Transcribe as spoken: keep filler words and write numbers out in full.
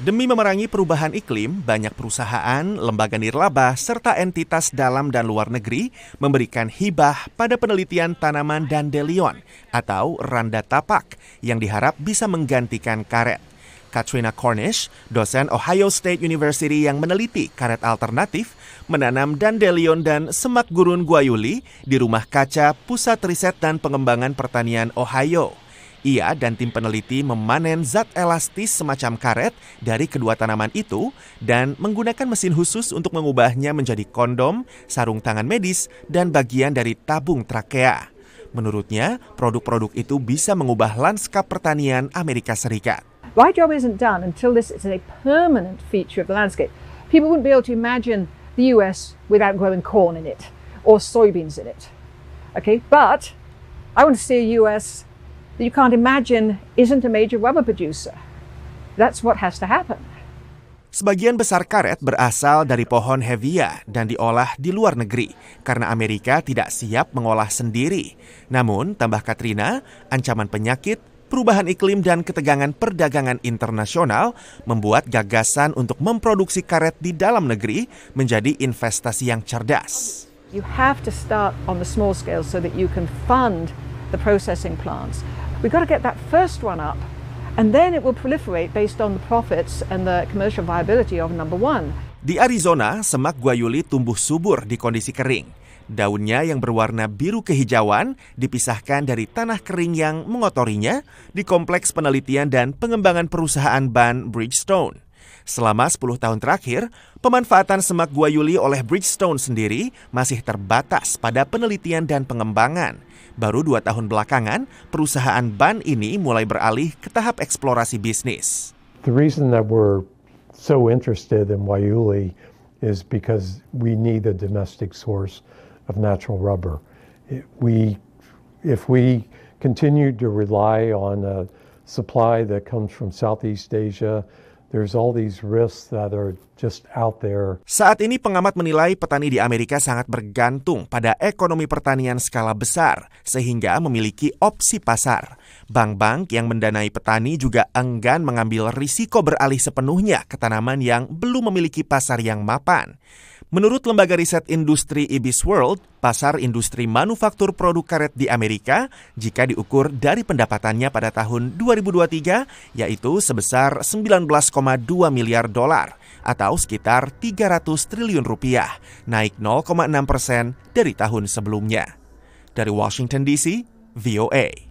Demi memerangi perubahan iklim, banyak perusahaan, lembaga nirlaba, serta entitas dalam dan luar negeri memberikan hibah pada penelitian tanaman dandelion atau randa tapak yang diharap bisa menggantikan karet. Katrina Cornish, dosen Ohio State University yang meneliti karet alternatif, menanam dandelion dan semak gurun guayuli di rumah kaca Pusat Riset dan Pengembangan Pertanian Ohio. Ia dan tim peneliti memanen zat elastis semacam karet dari kedua tanaman itu dan menggunakan mesin khusus untuk mengubahnya menjadi kondom, sarung tangan medis, dan bagian dari tabung trakea. Menurutnya, produk-produk itu bisa mengubah lanskap pertanian Amerika Serikat. My job isn't done until this is a permanent feature of the landscape. People wouldn't be able to imagine the U S without growing corn in it or soybeans in it. Okay, but I want to see a U S that you can't imagine isn't a major rubber producer. That's what has to happen. Sebagian besar karet berasal dari pohon hevia dan diolah di luar negeri karena Amerika tidak siap mengolah sendiri. Namun, tambah Katrina, ancaman penyakit, perubahan iklim dan ketegangan perdagangan internasional membuat gagasan untuk memproduksi karet di dalam negeri menjadi investasi yang cerdas. You have to start on the small scale so that you can fund the processing plants. We've got to get that first one up, and then it will proliferate based on the profits and the commercial viability of number one. Di Arizona, semak guayuli tumbuh subur di kondisi kering. Daunnya yang berwarna biru kehijauan dipisahkan dari tanah kering yang mengotorinya di Kompleks Penelitian dan Pengembangan Perusahaan Ban Bridgestone. Selama sepuluh tahun terakhir, pemanfaatan semak guayuli oleh Bridgestone sendiri masih terbatas pada penelitian dan pengembangan. Baru dua tahun belakangan, perusahaan Ban ini mulai beralih ke tahap eksplorasi bisnis. The reason that we're so interested in guayuli is because we need a domestic source of natural rubber. It, we, if we continue to rely on a supply that comes from Southeast Asia, there's all these risks that are just out there. Saat ini pengamat menilai petani di Amerika sangat bergantung pada ekonomi pertanian skala besar sehingga memiliki opsi pasar. Bank-bank yang mendanai petani juga enggan mengambil risiko beralih sepenuhnya ke tanaman yang belum memiliki pasar yang mapan. Menurut lembaga riset industri IBISWorld, pasar industri manufaktur produk karet di Amerika jika diukur dari pendapatannya pada tahun dua ribu dua puluh tiga yaitu sebesar sembilan belas koma dua miliar dolar atau sekitar tiga ratus triliun rupiah, naik nol koma enam persen dari tahun sebelumnya. Dari Washington D C, V O A.